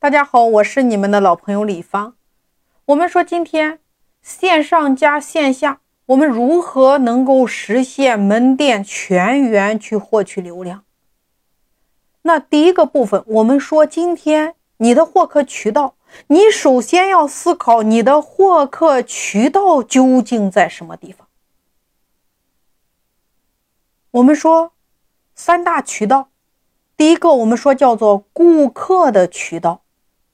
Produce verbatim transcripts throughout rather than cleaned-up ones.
大家好，我是你们的老朋友李芳。我们说今天线上加线下，我们如何能够实现门店全员去获取流量？那第一个部分，我们说今天你的获客渠道，你首先要思考你的获客渠道究竟在什么地方。我们说三大渠道，第一个我们说叫做顾客的渠道。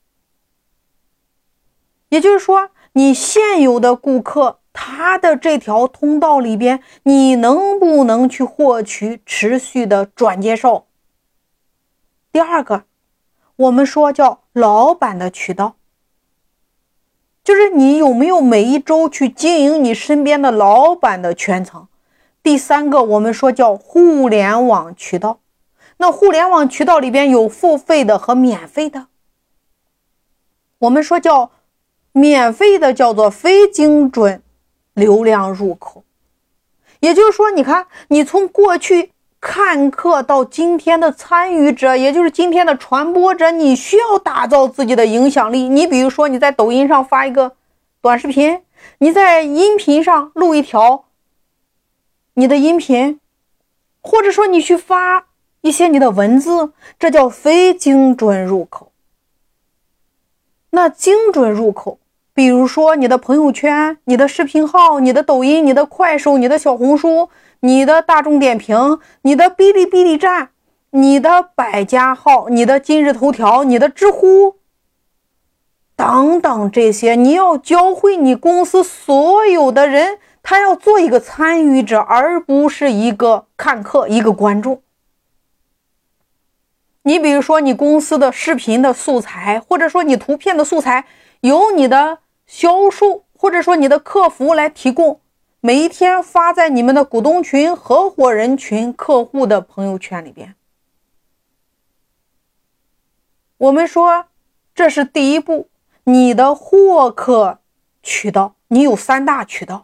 也就是说，你现有的顾客，他的这条通道里边，你能不能去获取持续的转介绍？第二个，我们说叫老板的渠道，就是你有没有每一周去经营你身边的老板的圈层？第三个，我们说叫互联网渠道。那互联网渠道里边有付费的和免费的。我们说叫免费的叫做非精准流量入口。也就是说，你看，你从过去看客到今天的参与者，也就是今天的传播者，你需要打造自己的影响力。你比如说，你在抖音上发一个短视频，你在音频上录一条你的音频，或者说你去发一些你的文字，这叫非精准入口。那精准入口，比如说你的朋友圈、你的视频号、你的抖音、你的快手、你的小红书、你的大众点评、你的哔哩哔哩站、你的百家号、你的今日头条、你的知乎等等，这些你要教会你公司所有的人，他要做一个参与者，而不是一个看客、一个观众。你比如说你公司的视频的素材，或者说你图片的素材，由你的销售或者说你的客服来提供，每一天发在你们的股东群、合伙人群、客户的朋友圈里边。我们说这是第一步，你的获客渠道，你有三大渠道。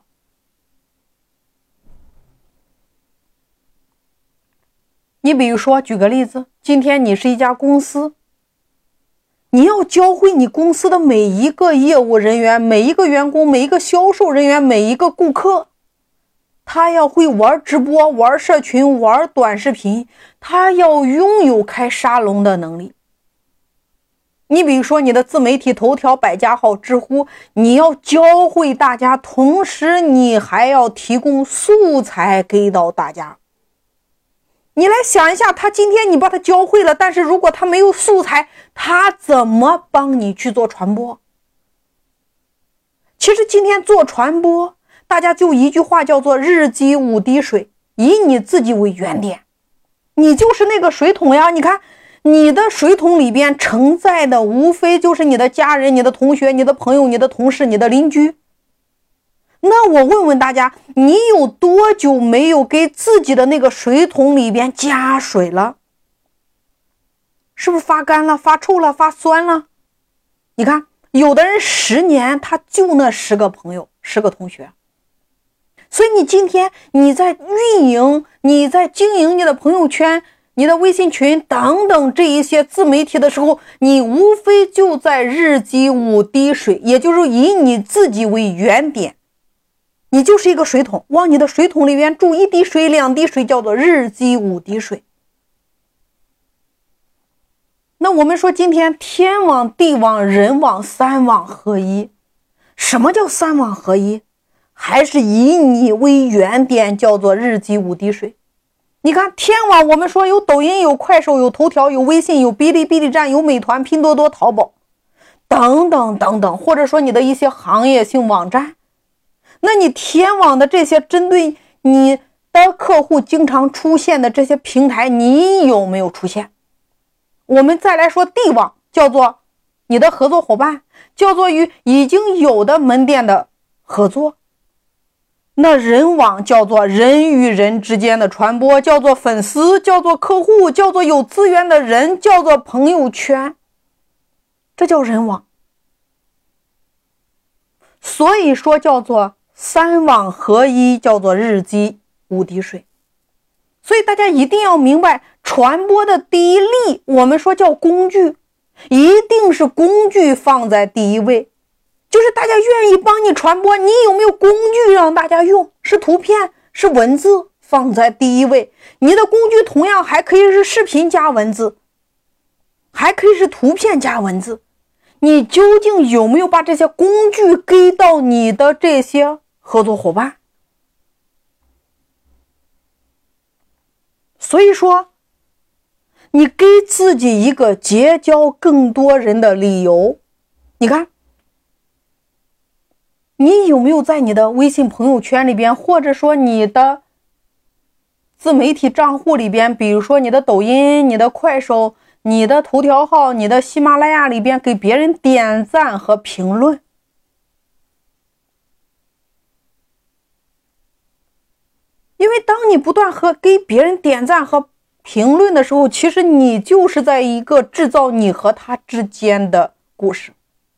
你比如说举个例子，今天你是一家公司，你要教会你公司的每一个业务人员、每一个员工、每一个销售人员、每一个顾客，他要会玩直播、玩社群、玩短视频，他要拥有开沙龙的能力。你比如说你的自媒体头条、百家号、知乎，你要教会大家，同时你还要提供素材给到大家。你来想一下，他今天你把他教会了，但是如果他没有素材，他怎么帮你去做传播？其实今天做传播，大家就一句话叫做日积五滴水，以你自己为原点，你就是那个水桶呀。你看你的水桶里边承载的无非就是你的家人、你的同学、你的朋友、你的同事、你的邻居。那我问问大家，你有多久没有给自己的那个水桶里边加水了？是不是发干了、发臭了、发酸了？你看有的人十年他就那十个朋友、十个同学。所以你今天你在运营、你在经营你的朋友圈、你的微信群等等这一些自媒体的时候，你无非就在日积五滴水，也就是以你自己为原点，你就是一个水桶，往你的水桶里边注一滴水、两滴水，叫做日积五滴水。那我们说今天天网、地网、人网三网合一，什么叫三网合一？还是以你为原点，叫做日积五滴水。你看天网，我们说有抖音、有快手、有头条、有微信、有哔哩哔哩站、有美团、拼多多、淘宝等等等等，或者说你的一些行业性网站。那你天网的这些针对你的客户经常出现的这些平台，你有没有出现？我们再来说地网，叫做你的合作伙伴，叫做与已经有的门店的合作。那人网叫做人与人之间的传播，叫做粉丝，叫做客户，叫做有资源的人，叫做朋友圈，这叫人网。所以说叫做三网合一，叫做日积五滴水。所以大家一定要明白，传播的第一例我们说叫工具，一定是工具放在第一位，就是大家愿意帮你传播，你有没有工具让大家用？是图片，是文字放在第一位。你的工具同样还可以是视频加文字，还可以是图片加文字。你究竟有没有把这些工具给到你的这些合作伙伴？所以说，你给自己一个结交更多人的理由。你看，你有没有在你的微信朋友圈里边，或者说你的自媒体账户里边，比如说你的抖音、你的快手、你的头条号、你的喜马拉雅里边，给别人点赞和评论？因为当你不断和给别人点赞和评论的时候，其实你就是在一个制造你和他之间的故事。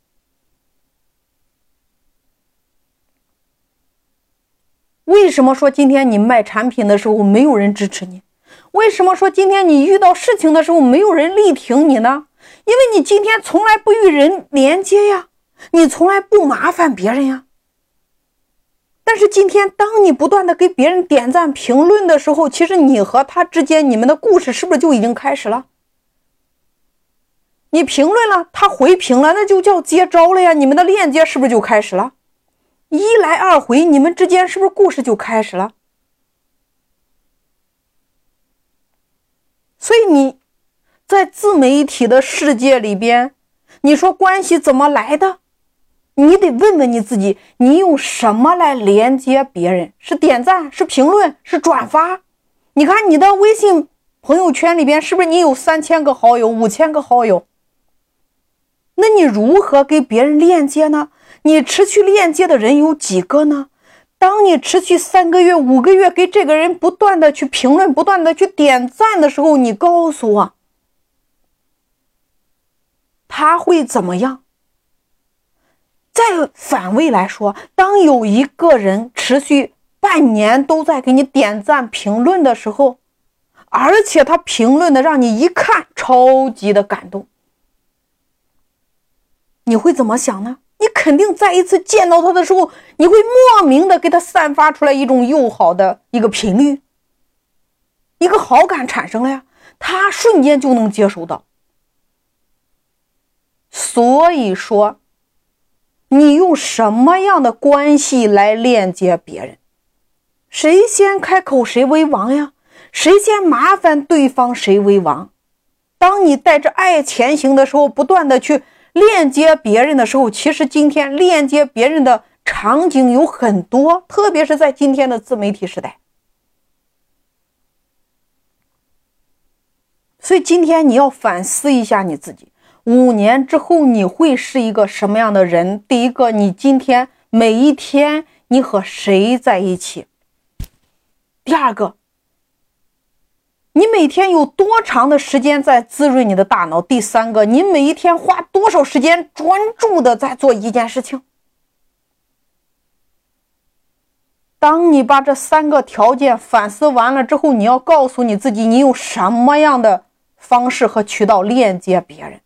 为什么说今天你卖产品的时候没有人支持你？为什么说今天你遇到事情的时候没有人力挺你呢？因为你今天从来不与人连接呀，你从来不麻烦别人呀。但是今天当你不断的给别人点赞评论的时候，其实你和他之间你们的故事是不是就已经开始了？你评论了，他回评了，那就叫接招了呀，你们的链接是不是就开始了？一来二回，你们之间是不是故事就开始了？所以你在自媒体的世界里边，你说关系怎么来的？你得问问你自己，你用什么来连接别人？是点赞，是评论，是转发？你看你的微信朋友圈里边，是不是你有三千个好友，五千个好友？那你如何给别人链接呢？你持续链接的人有几个呢？当你持续三个月、五个月给这个人不断的去评论、不断的去点赞的时候，你告诉我，他会怎么样？再反位来说，当有一个人持续半年都在给你点赞评论的时候，而且他评论的让你一看超级的感动，你会怎么想呢？你肯定再一次见到他的时候，你会莫名的给他散发出来一种友好的一个频率，一个好感产生了呀，他瞬间就能接收到。所以说，你用什么样的关系来链接别人？谁先开口谁为王呀？谁先麻烦对方谁为王？当你带着爱前行的时候，不断的去链接别人的时候，其实今天链接别人的场景有很多，特别是在今天的自媒体时代。所以今天你要反思一下你自己，五年之后你会是一个什么样的人？第一个，你今天每一天你和谁在一起？第二个，你每天有多长的时间在滋润你的大脑？第三个，你每一天花多少时间专注的在做一件事情？当你把这三个条件反思完了之后，你要告诉你自己，你用什么样的方式和渠道链接别人？